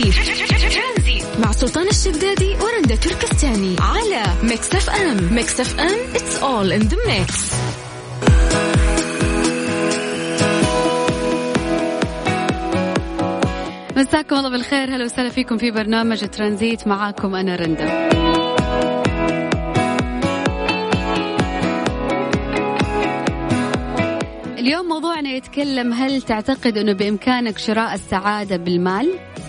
ترانزيت مع سلطان الشدادي ورندا تركستاني على ميكس اف ام. ميكس اف ام it's all in the mix. مساكم الله بالخير، هلا وسهلا فيكم في برنامج ترانزيت، معاكم أنا رندا. اليوم موضوعنا يتكلم: هل تعتقد أنه بإمكانك شراء السعادة بالمال؟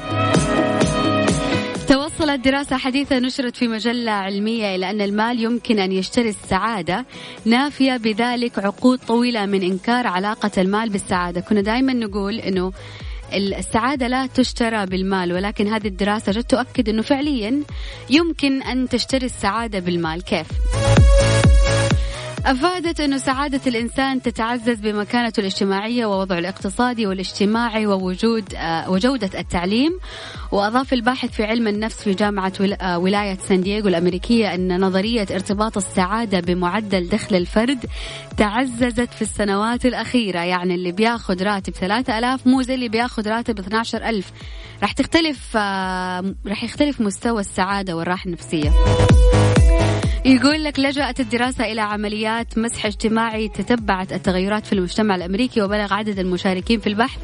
توصلت دراسة حديثة نشرت في مجلة علمية إلى أن المال يمكن أن يشتري السعادة، نافية بذلك عقود طويلة من إنكار علاقة المال بالسعادة. كنا دائما نقول أنه السعادة لا تشترى بالمال، ولكن هذه الدراسة جت تؤكد أنه فعليا يمكن أن تشتري السعادة بالمال. كيف؟ أفادت أنه سعادة الإنسان تتعزز بمكانته الاجتماعية ووضعه الاقتصادي والاجتماعي وجودة التعليم. وأضاف الباحث في علم النفس في جامعة ولاية سان دييغو الأمريكية أن نظرية ارتباط السعادة بمعدل دخل الفرد تعززت في السنوات الأخيرة. يعني اللي بياخد راتب 3000 مو زي اللي بياخد راتب 12000. راح يختلف مستوى السعادة والراحة النفسية. يقول لك لجأت الدراسة إلى عمليات مسح اجتماعي تتبعت التغيرات في المجتمع الأمريكي، وبلغ عدد المشاركين في البحث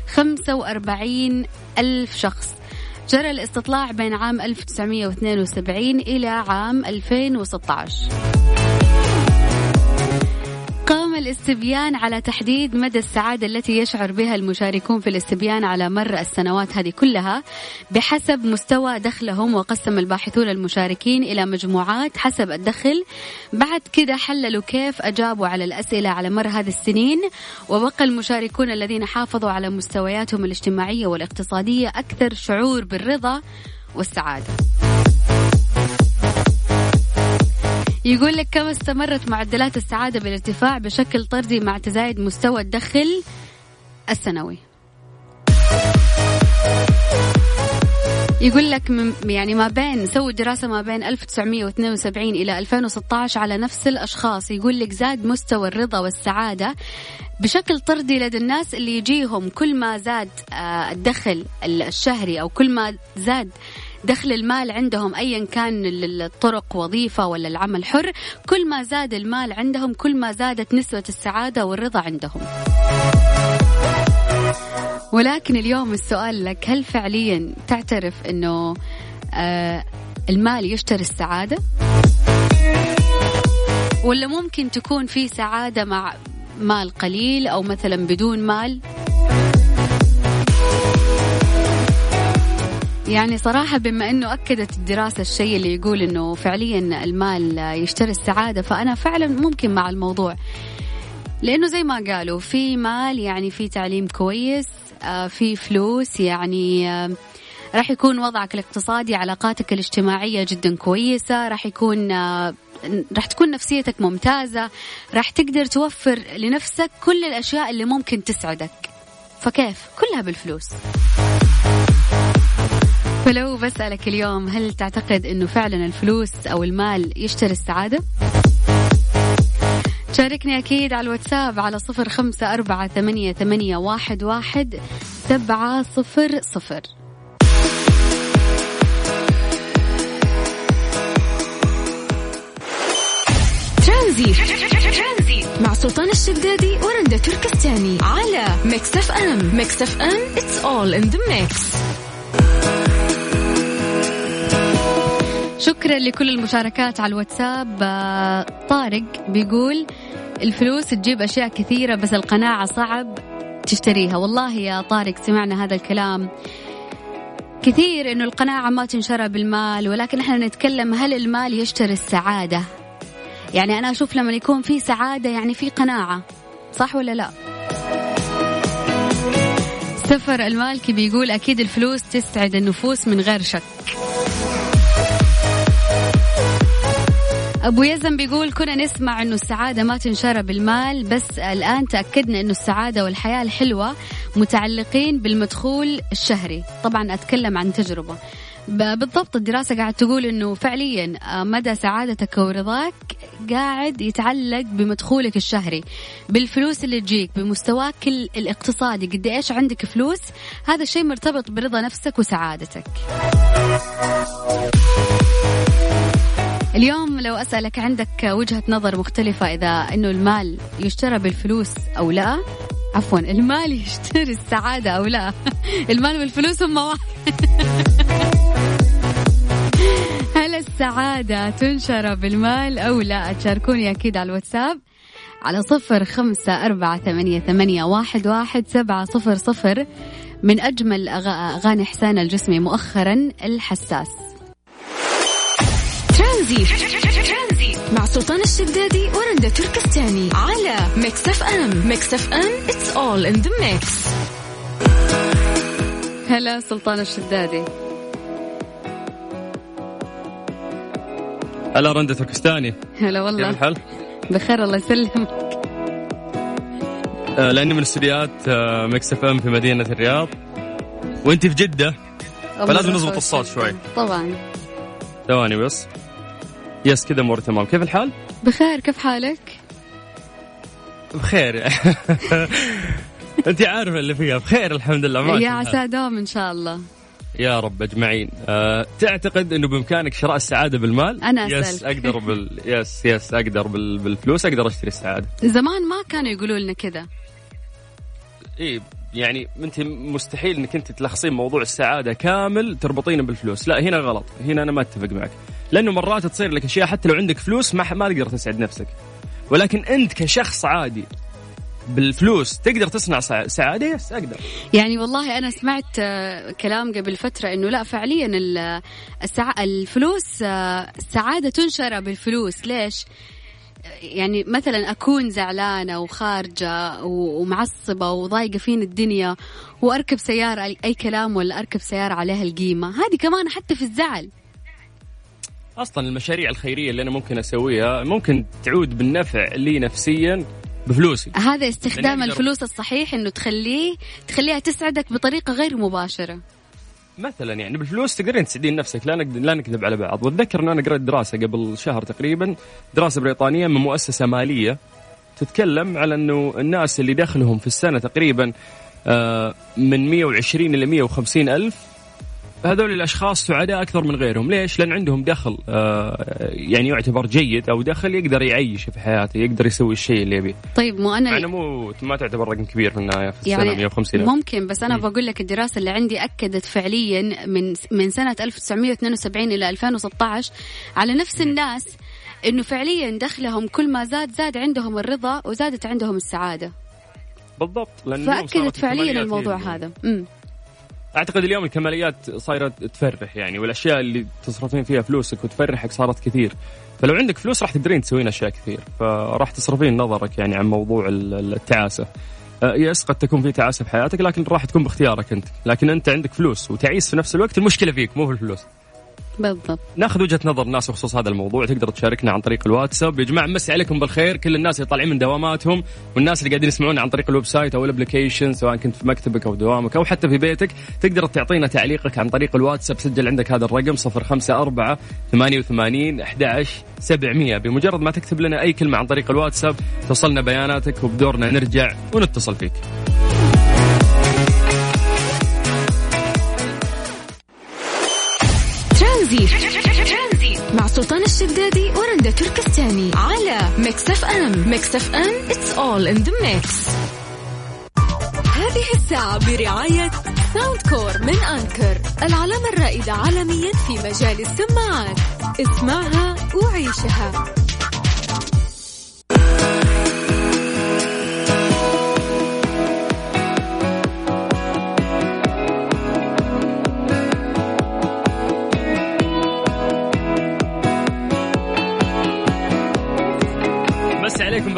45,000 شخص. جرى الاستطلاع بين عام 1972 إلى عام 2016. قام الاستبيان على تحديد مدى السعادة التي يشعر بها المشاركون في الاستبيان على مر السنوات هذه كلها بحسب مستوى دخلهم، وقسم الباحثون المشاركين إلى مجموعات حسب الدخل. بعد كده حللوا كيف أجابوا على الأسئلة على مر هذه السنين، وبقى المشاركون الذين حافظوا على مستوياتهم الاجتماعية والاقتصادية أكثر شعور بالرضا والسعادة. يقول لك كما استمرت معدلات السعادة بالارتفاع بشكل طردي مع تزايد مستوى الدخل السنوي. يقول لك يعني ما بين سووا دراسة ما بين 1972 إلى 2016 على نفس الأشخاص. يقول لك زاد مستوى الرضا والسعادة بشكل طردي لدى الناس اللي يجيهم كل ما زاد الدخل الشهري، أو كل ما زاد دخل المال عندهم، أيا كان الطرق وظيفة ولا العمل حر، كل ما زاد المال عندهم كل ما زادت نسبة السعادة والرضا عندهم. ولكن اليوم السؤال لك: هل فعليا تعترف أنه المال يشتري السعادة؟ ولا ممكن تكون في سعادة مع مال قليل أو مثلا بدون مال؟ يعني صراحة بما أنه أكدت الدراسة الشيء اللي يقول أنه فعليا المال يشتري السعادة، فأنا فعلا ممكن مع الموضوع، لأنه زي ما قالوا في مال يعني في تعليم كويس، في فلوس يعني راح يكون وضعك الاقتصادي، علاقاتك الاجتماعية جدا كويسة، راح تكون نفسيتك ممتازة، راح تقدر توفر لنفسك كل الأشياء اللي ممكن تسعدك. فكيف؟ كلها بالفلوس. فلو بسألك اليوم: هل تعتقد أنه فعلا الفلوس أو المال يشتري السعادة؟ شاركني أكيد على الواتساب على 0548811700. ترانزيت مع سلطان الشدادي ورندا تركستاني على ميكس اف ام. ميكس اف ام it's all in the mix. شكرا لكل المشاركات على الواتساب. طارق بيقول: الفلوس تجيب أشياء كثيرة بس القناعة صعب تشتريها. والله يا طارق سمعنا هذا الكلام كثير، إنه القناعة ما تنشرى بالمال، ولكن إحنا نتكلم هل المال يشتري السعادة؟ يعني أنا أشوف لما يكون في سعادة يعني في قناعة، صح ولا لا؟ سفر المالكي بيقول: أكيد الفلوس تسعد النفوس من غير شك. أبو يزن بيقول: كنا نسمع أنه السعادة ما تنشرى بالمال، بس الآن تأكدنا أنه السعادة والحياة الحلوة متعلقين بالمدخول الشهري. طبعا أتكلم عن تجربة. بالضبط. الدراسة قاعد تقول إنه فعليا مدى سعادتك ورضاك قاعد يتعلق بمدخولك الشهري، بالفلوس اللي تجيك، بمستواك الاقتصادي، قد إيش عندك فلوس. هذا الشيء مرتبط برضا نفسك وسعادتك. اليوم لو أسألك عندك وجهة نظر مختلفة إذا إنه المال يشترى بالفلوس أو لا، عفوا المال يشتري السعادة أو لا. المال والفلوس هم واحد. هل السعادة تنشر بالمال أو لا؟ تشاركوني أكيد على الواتساب على 0548811700. من أجمل أغاني حسين الجسمي مؤخرا الحساس. ترانزيت مع سلطان الشدادي ورندا تركستاني على ميكس اف ام. ميكس اف ام it's all in the mix. هلا سلطان الشدادي. هلا رندا تركستاني. هلا والله. كيف الحال؟ بخير الله يسلمك. لأني من استديوهات ميكس اف ام في مدينة الرياض وانت في جدة، فلازم نضبط الصوت شوي. طبعا. ثواني بس. يس كذا امور تمام. كيف الحال؟ بخير. كيف حالك؟ بخير. انت عارفه اللي فيها. بخير الحمد لله. يا عسى دوم ان شاء الله يا رب اجمعين. تعتقد انه بامكانك شراء السعاده بالمال؟ انا يس اقدر يس اقدر بالفلوس اقدر اشتري السعاده. زمان ما كانوا يقولوا لنا كذا. ايه يعني انت مستحيل انك انت تلخصين موضوع السعاده كامل تربطينه بالفلوس. لا هنا غلط. هنا انا ما اتفق معك، لانه مرات تصير لك اشياء حتى لو عندك فلوس ما تقدر تسعد نفسك، ولكن انت كشخص عادي بالفلوس تقدر تصنع سعاده. يس اقدر. يعني والله انا سمعت كلام قبل فتره انه لا فعليا الفلوس السعاده تنشر بالفلوس. ليش؟ يعني مثلا أكون زعلانة وخارجة ومعصبة وضايقة فين الدنيا وأركب سيارة أي كلام ولا أركب سيارة عليها القيمة، هذه كمان حتى في الزعل. أصلا المشاريع الخيرية اللي أنا ممكن أسويها ممكن تعود بالنفع لي نفسيا بفلوسي. هذا استخدام الفلوس الصحيح، إنه تخليها تسعدك بطريقة غير مباشرة. مثلا يعني بالفلوس تقدرين تسعدين نفسك، لا نكذب على بعض. واتذكر ان انا قرأت دراسه قبل شهر تقريبا، دراسه بريطانيه من مؤسسه ماليه تتكلم على انه الناس اللي دخلهم في السنه تقريبا من 120 الى 150 الف، هذول الاشخاص سعداء اكثر من غيرهم. ليش؟ لان عندهم دخل يعني يعتبر جيد، او دخل يقدر يعيش في حياته، يقدر يسوي الشيء اللي يبيه. طيب مو انا ما تعتبر رقم كبير في النهايه في يعني السنه 150 ممكن، بس انا بقول لك الدراسه اللي عندي اكدت فعليا من سنه 1972 الى 2016 على نفس الناس انه فعليا دخلهم كل ما زاد عندهم الرضا وزادت عندهم السعاده. بالضبط. فاكدت فعليا الموضوع هذا. أعتقد اليوم الكماليات صايرة تفرح يعني، والأشياء اللي تصرفين فيها فلوسك وتفرحك صارت كثير. فلو عندك فلوس راح تقدرين تسوين أشياء كثير، فراح تصرفين نظرك يعني عن موضوع التعاسة. يس قد تكون في تعاسة في حياتك، لكن راح تكون باختيارك أنت. لكن أنت عندك فلوس وتعيس في نفس الوقت، المشكلة فيك مو في الفلوس. بالضبط. ناخذ وجهة نظر الناس بخصوص هذا الموضوع. تقدر تشاركنا عن طريق الواتساب. يا جماعة مسي عليكم بالخير كل الناس اللي طالعين من دواماتهم، والناس اللي قاعدين يسمعونا عن طريق الويب سايت أو الابليكيشن، سواء كنت في مكتبك أو دوامك أو حتى في بيتك. تقدر تعطينا تعليقك عن طريق الواتساب. سجل عندك هذا الرقم 0548811700. بمجرد ما تكتب لنا أي كلمة عن طريق الواتساب توصلنا بياناتك، وبدورنا نرجع ونتصل فيك. ترانزيت مع سلطان الشدادي ورندا تركستاني على ميكس اف ام. ميكس اف ام it's all in the mix. هذه الساعة برعاية ساوند كور من أنكر، العلامة الرائدة عالميا في مجال السماعات. اسمعها وعيشها.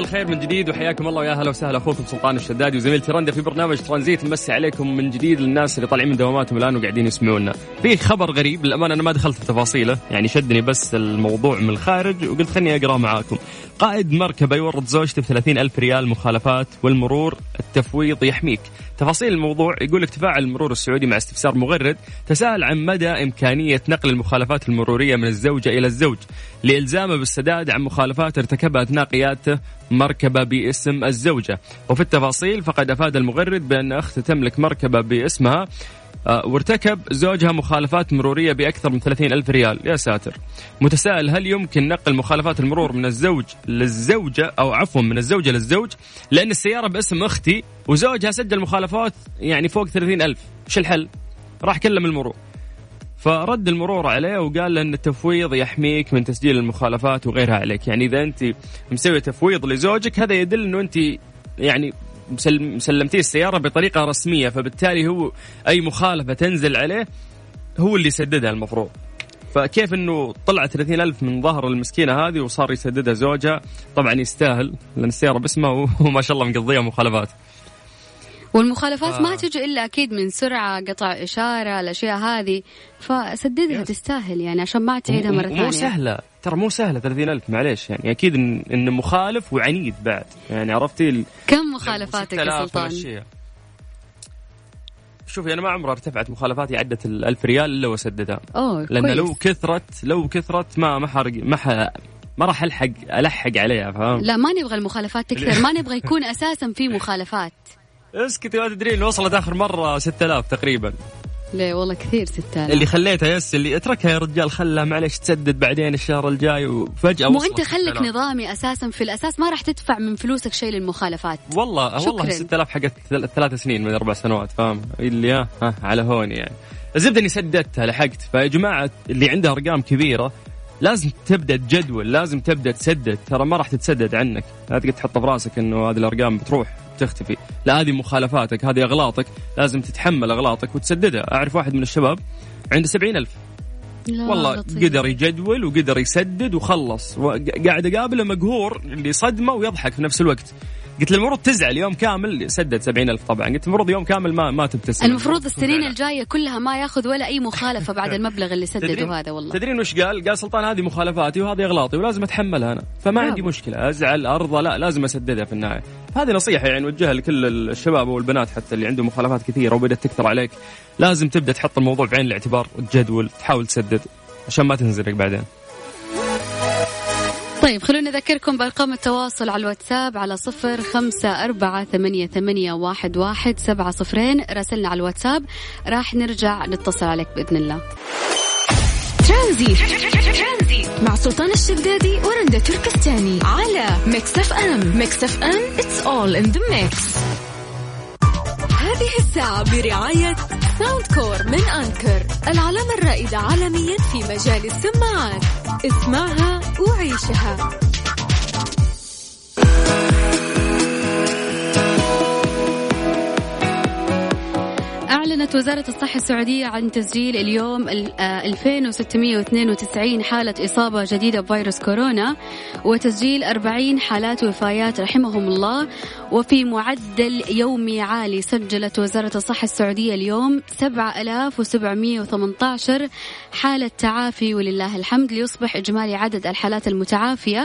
بالخير من جديد وحياكم الله ويا هلا وسهلا. أخوكم سلطان الشدادي وزميلتي رندا في برنامج ترانزيت. نمسي عليكم من جديد للناس اللي طالعين من دواماتهم الآن وقاعدين يسمعونا. في خبر غريب للأمانة أنا ما دخلت في تفاصيله، يعني شدني بس الموضوع من الخارج وقلت خلني أقرأ معاكم. قائد مركبة يورط زوجته ب30,000 ريال مخالفات والمرور التفويض يحميك. تفاصيل الموضوع يقول لك تفاعل المرور السعودي مع استفسار مغرد تساءل عن مدى إمكانية نقل المخالفات المرورية من الزوجة إلى الزوج لإلزامه بالسداد عن مخالفات ارتكبها أثناء قيادته مركبة باسم الزوجة. وفي التفاصيل فقد أفاد المغرد بأن أخته تملك مركبة باسمها وارتكب زوجها مخالفات مرورية بأكثر من 30,000 ريال. يا ساتر. متساءل هل يمكن نقل مخالفات المرور من الزوج للزوجة أو عفوا من الزوجة للزوج، لأن السيارة باسم أختي وزوجها سجل مخالفات يعني فوق 30,000. إيش الحل؟ راح كلم المرور، فرد المرور عليه وقال له أن التفويض يحميك من تسجيل المخالفات وغيرها عليك. يعني إذا أنت مسوي تفويض لزوجك هذا يدل أنه أنت يعني مسلمتيه السيارة بطريقة رسمية، فبالتالي هو أي مخالفة تنزل عليه هو اللي يسددها المفروض. فكيف أنه طلع 30,000 من ظهر المسكينة هذه وصار يسددها زوجها؟ طبعا يستاهل لأن السيارة باسمه وما شاء الله مقضيها مخالفات. والمخالفات ما تجي إلا أكيد من سرعة، قطع إشارة، الأشياء هذه، فسددها تستاهل يعني عشان ما تعيدها مرة ثانية. مو سهلة ترى، مو سهلة 30,000 معليش يعني أكيد إن مخالف وعنيد بعد. يعني عرفتي كم مخالفاتك يا سلطان؟ شوفي أنا ما عمرها ارتفعت مخالفاتي عدت 1,000 ريال إلا وسددها. كويس. لأن لو كثرت ما راح ألحق عليها، فاهم؟ لا ما نبغى المخالفات تكثر، ما نبغى يكون أساسا في مخالفات. اسكتي ما تدرين وصلت آخر مرة 6,000 تقريبا. ليه والله كثير 6,000. اللي خليتها اللي اتركها يا رجال، خلها معلش تسدد بعدين الشهر الجاي وفجأة مو أنت خلك نظامي أساسا في الأساس ما راح تدفع من فلوسك شيء للمخالفات. والله 6,000 حقت 3 سنين من 4 سنوات، فاهم اللي على هوني يعني. الزبدة اني سددتها لحقت. فيا جماعة اللي عنده أرقام كبيرة لازم تبدأ تجدول، لازم تبدأ تسدد. ترى ما راح تتسدد عنك، لا تقعد تحط في راسك انه هذه الأرقام بتروح تختفي. لا، هذه مخالفاتك، هذه أغلاطك، لازم تتحمل أغلاطك وتسددها. أعرف واحد من الشباب عنده 70,000 والله لطيف. قدر يجدول وقدر يسدد وخلص. قاعد أقابله مقهور اللي صدمه ويضحك في نفس الوقت. قلت له المفروض تزعل يوم كامل سدد 70,000 طبعا. قلت المفروض يوم كامل ما تبتسم. المفروض السنين الجاية كلها ما ياخذ ولا أي مخالفة بعد المبلغ اللي سدده هذا. والله تدرين وش قال سلطان؟ هذه مخالفاتي وهذه أغلاطي ولازم أتحملها أنا، فما عندي مشكلة أزعل أرضى، لا لازم أسددها في النهاية. هذه نصيحة يعني نوجهها لكل الشباب والبنات حتى اللي عندهم مخالفات كثيرة وبدأت تكثر عليك. لازم تبدأ تحط الموضوع بعين الاعتبار وتجدول، تحاول تسدد عشان ما تنزلك بعدين. طيب خلونا نذكركم بأرقام التواصل على الواتساب على 0548811700. راسلنا على الواتساب، راح نرجع نتصل عليك بإذن الله. ترانزيت مع سلطان الشدادي ورندا تركستاني على ميكس اف ام. ميكس اف ام it's all in the mix. هذه الساعة برعاية ساوند كور من أنكر، العلامة الرائدة عالميا في مجال السماعات. اسمعها وعيشها. أعلنت وزارة الصحة السعودية عن تسجيل اليوم 2692 حالة إصابة جديدة بفيروس كورونا، وتسجيل 40 حالات وفيات رحمهم الله. وفي معدل يومي عالي سجلت وزارة الصحة السعودية اليوم 7718 حالة تعافي ولله الحمد، ليصبح إجمالي عدد الحالات المتعافية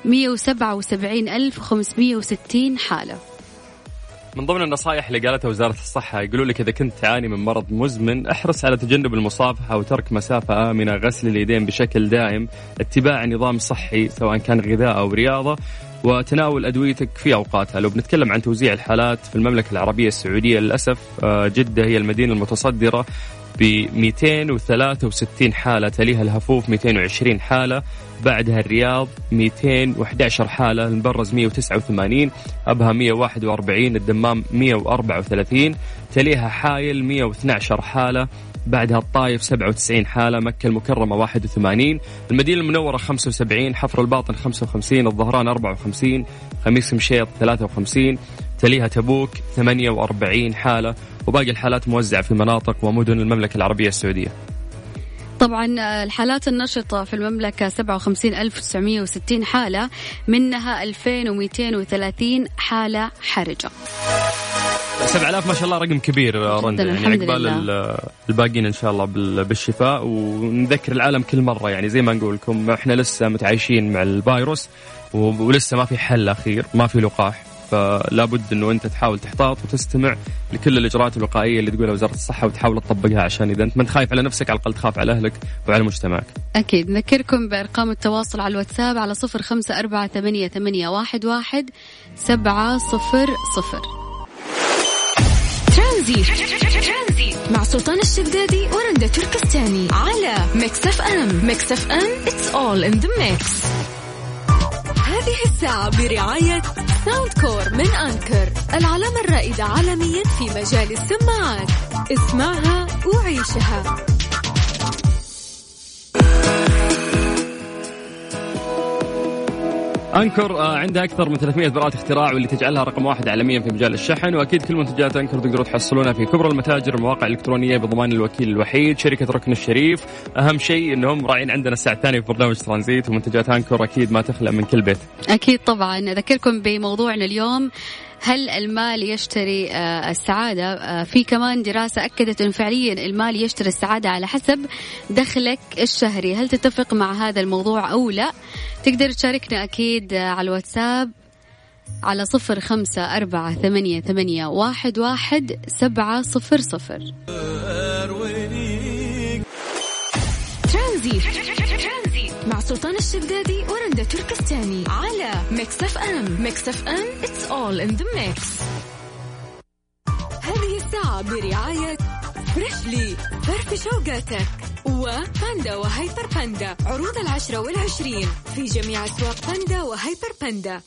177,560 حالة. من ضمن النصائح اللي قالتها وزارة الصحة يقولوا لك إذا كنت تعاني من مرض مزمن احرص على تجنب المصافحة وترك مسافة آمنة، غسل اليدين بشكل دائم، اتباع نظام صحي سواء كان غذاء أو رياضة، وتناول أدويتك في أوقاتها. لو بنتكلم عن توزيع الحالات في المملكة العربية السعودية للأسف جدة هي المدينة المتصدرة ب 263 حالة، تليها الهفوف 220 حالة، بعدها الرياض 211 حالة، المبرز 189، أبها 141، الدمام 134، تليها حايل 112 حالة، بعدها الطايف 97 حالة، مكة المكرمة 81، المدينة المنورة 75، حفر الباطن 55، الظهران 54، خميس مشيط 53، تليها تبوك 48 حالة، وباقي الحالات موزعة في مناطق ومدن المملكة العربية السعودية. طبعا الحالات النشطة في المملكة 57,960 حالة، منها 2,230 حالة حرجة. 7,000 ما شاء الله، رقم كبير رندا، يعني عقبال الباقين إن شاء الله بالشفاء. ونذكر العالم كل مرة يعني زي ما نقول لكم إحنا لسه متعايشين مع الفيروس ولسه ما في حل أخير، ما في لقاح، فلا بد أنه أنت تحاول تحتاط وتستمع لكل الإجراءات الوقائية اللي تقولها وزارة الصحة وتحاول تطبقها، عشان إذا أنت ما خايف على نفسك على الأقل تخاف على أهلك وعلى مجتمعك. أكيد. نذكركم بأرقام التواصل على الواتساب على 0548811700. ترانزيت مع سلطان الشدادي ورندا تركستاني على ميكس اف ام. ميكس اف ام it's all in the mix. هذه الساعة برعاية ساوند كور من أنكر، العلامة الرائدة عالميا في مجال السماعات. اسمعها وعيشها. أنكر عندها أكثر من 300 براءة اختراع، واللي تجعلها رقم 1 عالميا في مجال الشحن. وأكيد كل منتجات أنكر تقدروا تحصلونها في كبرى المتاجر والمواقع الإلكترونية بضمان الوكيل الوحيد شركة ركن الشريف. أهم شيء أنهم راعين عندنا الساعة الثانية في برنامج ترانزيت، ومنتجات أنكر أكيد ما تخلى من كل بيت. أكيد طبعا. أذكركم بموضوعنا اليوم، هل المال يشتري السعادة؟ في كمان دراسة أكدت أن فعليا المال يشتري السعادة على حسب دخلك الشهري. هل تتفق مع هذا الموضوع أو لا؟ تقدر تشاركنا أكيد على الواتساب على 0548811700. ترانزيت مع سلطان الشدادي ورندا تركستاني على ميكس اف ام. ميكس اف ام it's all in the mix. هذه الساعة برعاية فريشلي، فرف شوقاتك، وباندا وهايبر باندا، عروض 10 و20 في جميع أسواق باندا وهايبر باندا.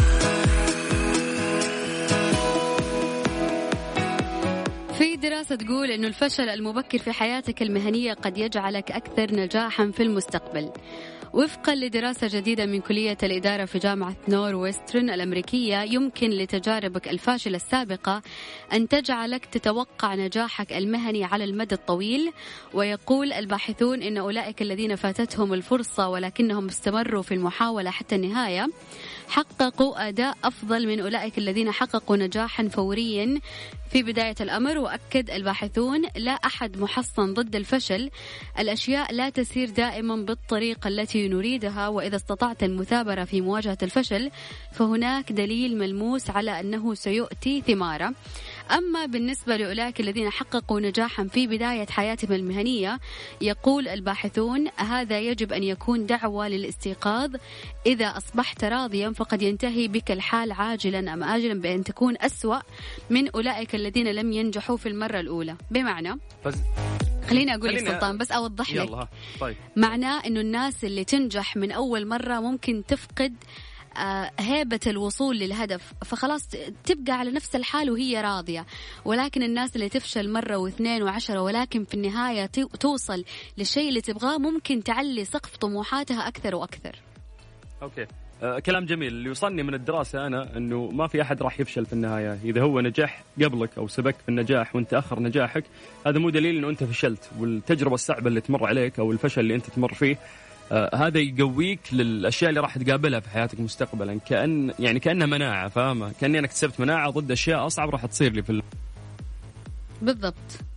في دراسة تقول إنه الفشل المبكر في حياتك المهنية قد يجعلك أكثر نجاحا في المستقبل. وفقا لدراسة جديدة من كلية الإدارة في جامعة نورويسترن الأمريكية، يمكن لتجاربك الفاشلة السابقة أن تجعلك تتوقع نجاحك المهني على المدى الطويل. ويقول الباحثون إن أولئك الذين فاتتهم الفرصة ولكنهم استمروا في المحاولة حتى النهاية حققوا أداء أفضل من أولئك الذين حققوا نجاحا فوريا في بداية الأمر. وأكد الباحثون لا أحد محصن ضد الفشل، الأشياء لا تسير دائما بالطريقة التي نريدها، وإذا استطعت المثابرة في مواجهة الفشل فهناك دليل ملموس على أنه سيؤتي ثماره. أما بالنسبة لأولئك الذين حققوا نجاحا في بداية حياتهم المهنية، يقول الباحثون هذا يجب أن يكون دعوة للاستيقاظ. إذا أصبحت راضيا فقد ينتهي بك الحال عاجلا أم آجلا بأن تكون أسوأ من أولئك الذين لم ينجحوا في المرة الأولى. بمعنى خليني أقول لك سلطان بس أوضح لك. طيب. معناه أنه الناس اللي تنجح من أول مرة ممكن تفقد هيبة الوصول للهدف، فخلاص تبقى على نفس الحال وهي راضية. ولكن الناس اللي تفشل مرة واثنين وعشرة ولكن في النهاية توصل للشيء اللي تبغاه ممكن تعلي سقف طموحاتها أكثر وأكثر. أوكي. كلام جميل. اللي يوصلني من الدراسة أنا أنه ما في أحد راح يفشل في النهاية. إذا هو نجح قبلك أو سبق في النجاح وانت أخر نجاحك، هذا مو دليل أنه أنت فشلت. والتجربة الصعبة اللي تمر عليك أو الفشل اللي أنت تمر فيه هذا يقويك للأشياء اللي راح تقابلها في حياتك مستقبلا، كأنها مناعة، فاهمة؟ كأني أنا اكتسبت مناعة ضد أشياء أصعب راح تصير لي بالضبط.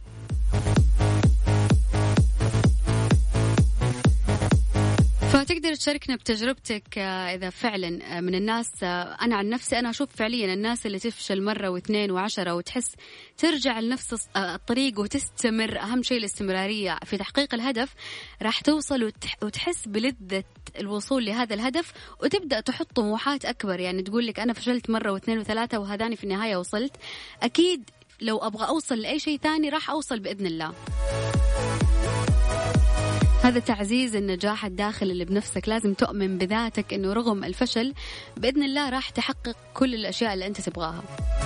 فتقدر تشاركنا بتجربتك إذا فعلا من الناس. أنا عن نفسي أنا أشوف فعليا الناس اللي تفشل مرة واثنين وعشرة وتحس ترجع لنفس الطريق وتستمر. أهم شيء الاستمرارية في تحقيق الهدف. راح توصل وتحس بلذة الوصول لهذا الهدف وتبدأ تحط طموحات أكبر. يعني تقول لك أنا فشلت مرة واثنين وثلاثة وهذاني في النهاية وصلت، أكيد لو أبغى أوصل لأي شيء ثاني راح أوصل بإذن الله. هذا تعزيز النجاح الداخلي اللي بنفسك. لازم تؤمن بذاتك إنه رغم الفشل بإذن الله راح تحقق كل الأشياء اللي أنت تبغاها.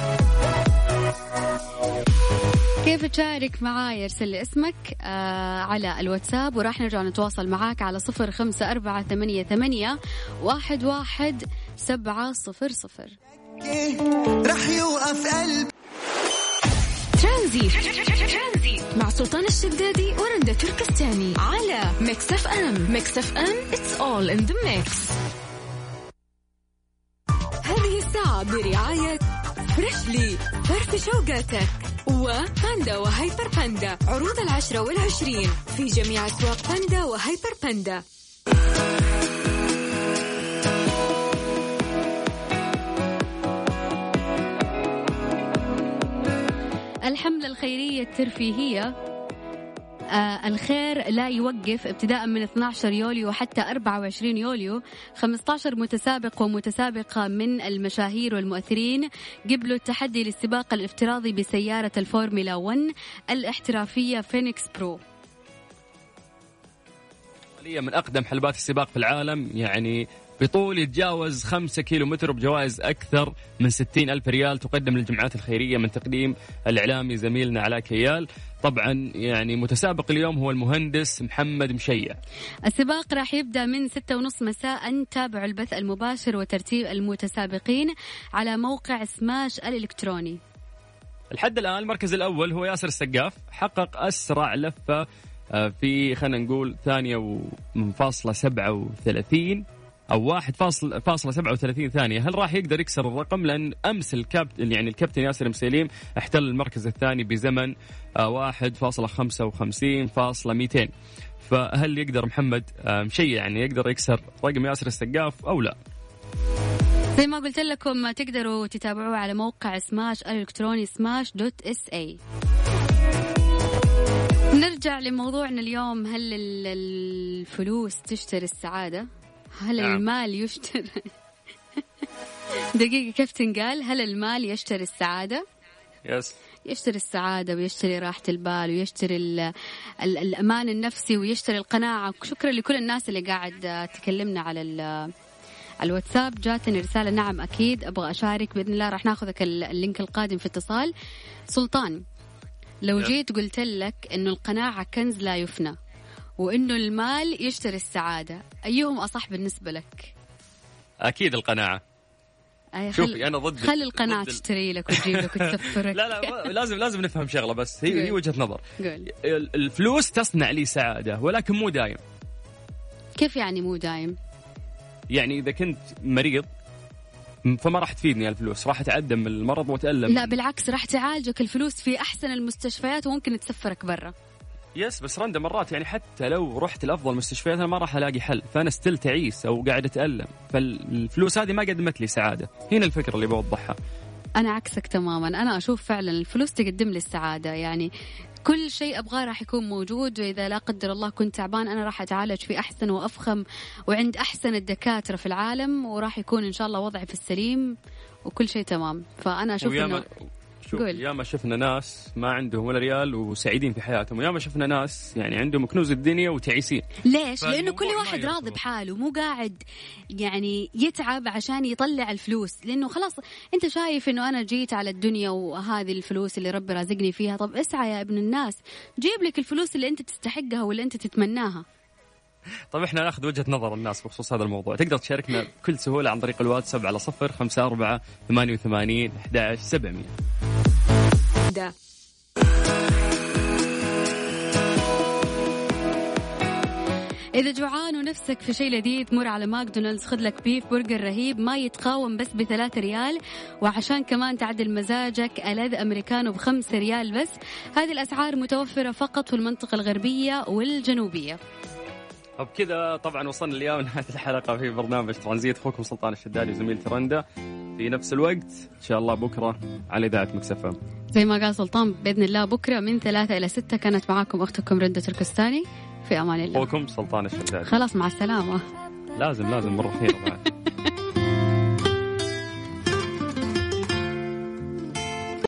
كيف تشارك معاي؟ ارسل لي اسمك على الواتساب وراح نرجع نتواصل معاك على 0548811700. رح يوقف قلب. ترانزيت مع سلطان الشدادي ورندا تركستاني على ميكس اف ام. ميكس اف ام it's all in the mix. هذه الساعة برعاية فريشلي فرف شوقاتك وباندا وهيبر باندا. عروض 10 و20 في جميع أسواق باندا وهيبر باندا. الحملة الخيرية الترفيهية الخير لا يوقف ابتداء من 12 يوليو حتى 24 يوليو. 15 متسابق ومتسابقة من المشاهير والمؤثرين قبلوا التحدي للسباق الافتراضي بسيارة الفورمولا 1 الاحترافية فينيكس برو. من أقدم حلبات السباق في العالم، يعني بطول يتجاوز 5 كيلومتر وبجوائز أكثر من 60,000 ريال تقدم للجمعيات الخيرية من تقديم الإعلامي زميلنا علاء كيال. طبعا يعني متسابق اليوم هو المهندس محمد مشيع. السباق راح يبدأ من 6:30 مساء. تابعوا البث المباشر وترتيب المتسابقين على موقع سماش الإلكتروني. الحد الآن المركز الأول هو ياسر السقاف، حقق أسرع لفة في خلينا نقول 2.37 أو 1.37 ثانية. هل راح يقدر يكسر الرقم؟ لأن أمس الكابتن ياسر مسيليم احتل المركز الثاني بزمن 1.55.200. فهل يقدر محمد مشيع يعني يقدر يكسر رقم ياسر السقاف أو لا؟ زي ما قلت لكم تقدروا تتابعوه على موقع سماش الإلكتروني smash.sa. نرجع لموضوعنا اليوم. هل الفلوس تشتري السعادة؟ هل المال يشتري دقيقة كابتن قال هل المال يشتري السعادة؟ يشتري السعادة ويشتري راحة البال ويشتري الأمان النفسي ويشتري القناعة. شكرا لكل الناس اللي قاعد تكلمنا على الواتساب. جاتني رسالة نعم أكيد أبغى أشارك بإذن الله. راح ناخذك اللينك القادم في اتصال. سلطان، لو جيت قلت لك إنه القناعة كنز لا يفنى وإنه المال يشتري السعادة، أيهم أصح بالنسبة لك؟ أكيد القناعة. شوفي أنا ضد. خلي القناعة تشتري لك وتجيب لك وتسفرك. لا لازم نفهم شغلة بس. هي وجهة نظر. قول. الفلوس تصنع لي سعادة ولكن مو دايم. كيف يعني مو دايم؟ يعني إذا كنت مريض فما راح تفيدني الفلوس، راح أتعدم من المرض وأتألم. لا بالعكس، راح تعالجك الفلوس في أحسن المستشفيات وممكن تسفرك برا. بس رندا مرات يعني حتى لو رحت لأفضل مستشفيات أنا ما راح ألاقي حل، فأنا ستيل تعيس أو قاعد أتألم. فالفلوس هذه ما قدمت لي سعادة. هنا الفكرة اللي بوضحها. أنا عكسك تماما. أنا أشوف فعلا الفلوس تقدم لي السعادة. يعني كل شيء أبغاه راح يكون موجود، وإذا لا قدر الله كنت تعبان أنا راح أتعالج في أحسن وأفخم وعند أحسن الدكاترة في العالم، وراح يكون إن شاء الله وضعي في السليم وكل شيء تمام. فأنا أشوف إنه ياما شفنا ناس ما عندهم ولا ريال وسعيدين في حياتهم، وياما شفنا ناس يعني عندهم كنوز الدنيا وتعيسين. ليش؟ لأنه كل واحد راضي بحاله، مو قاعد يعني يتعب عشان يطلع الفلوس. لأنه خلاص أنت شايف إنه أنا جيت على الدنيا وهذه الفلوس اللي ربي رازقني فيها. طب اسعى يا ابن الناس، جيب لك الفلوس اللي أنت تستحقها واللي أنت تتمناها. طب إحنا نأخذ وجهة نظر الناس بخصوص هذا الموضوع. تقدر تشاركنا بكل سهولة عن طريق الواتساب على 054-88-11-700. إذا جوعان ونفسك في شيء لذيذ مر على ماكدونالدز، خذ لك بيف برجر رهيب ما يتقاوم بس ب3 ريال، وعشان كمان تعدل مزاجك ألذ أمريكانو ب5 ريال بس. هذه الأسعار متوفرة فقط في المنطقة الغربية والجنوبية. طب كذا طبعا وصلنا اليوم نهاية الحلقة في برنامج ترانزيت. أخوكم سلطان الشدادي وزميلتي رندا في نفس الوقت إن شاء الله بكرة على إذاعة ميكس اف ام. زي ما قال سلطان بإذن الله بكرة من 3 إلى 6. كانت معاكم أختكم رندا تركستاني، في أمان الله. أخوكم سلطان الشدادي. خلاص مع السلامة. لازم مرة خير بعد.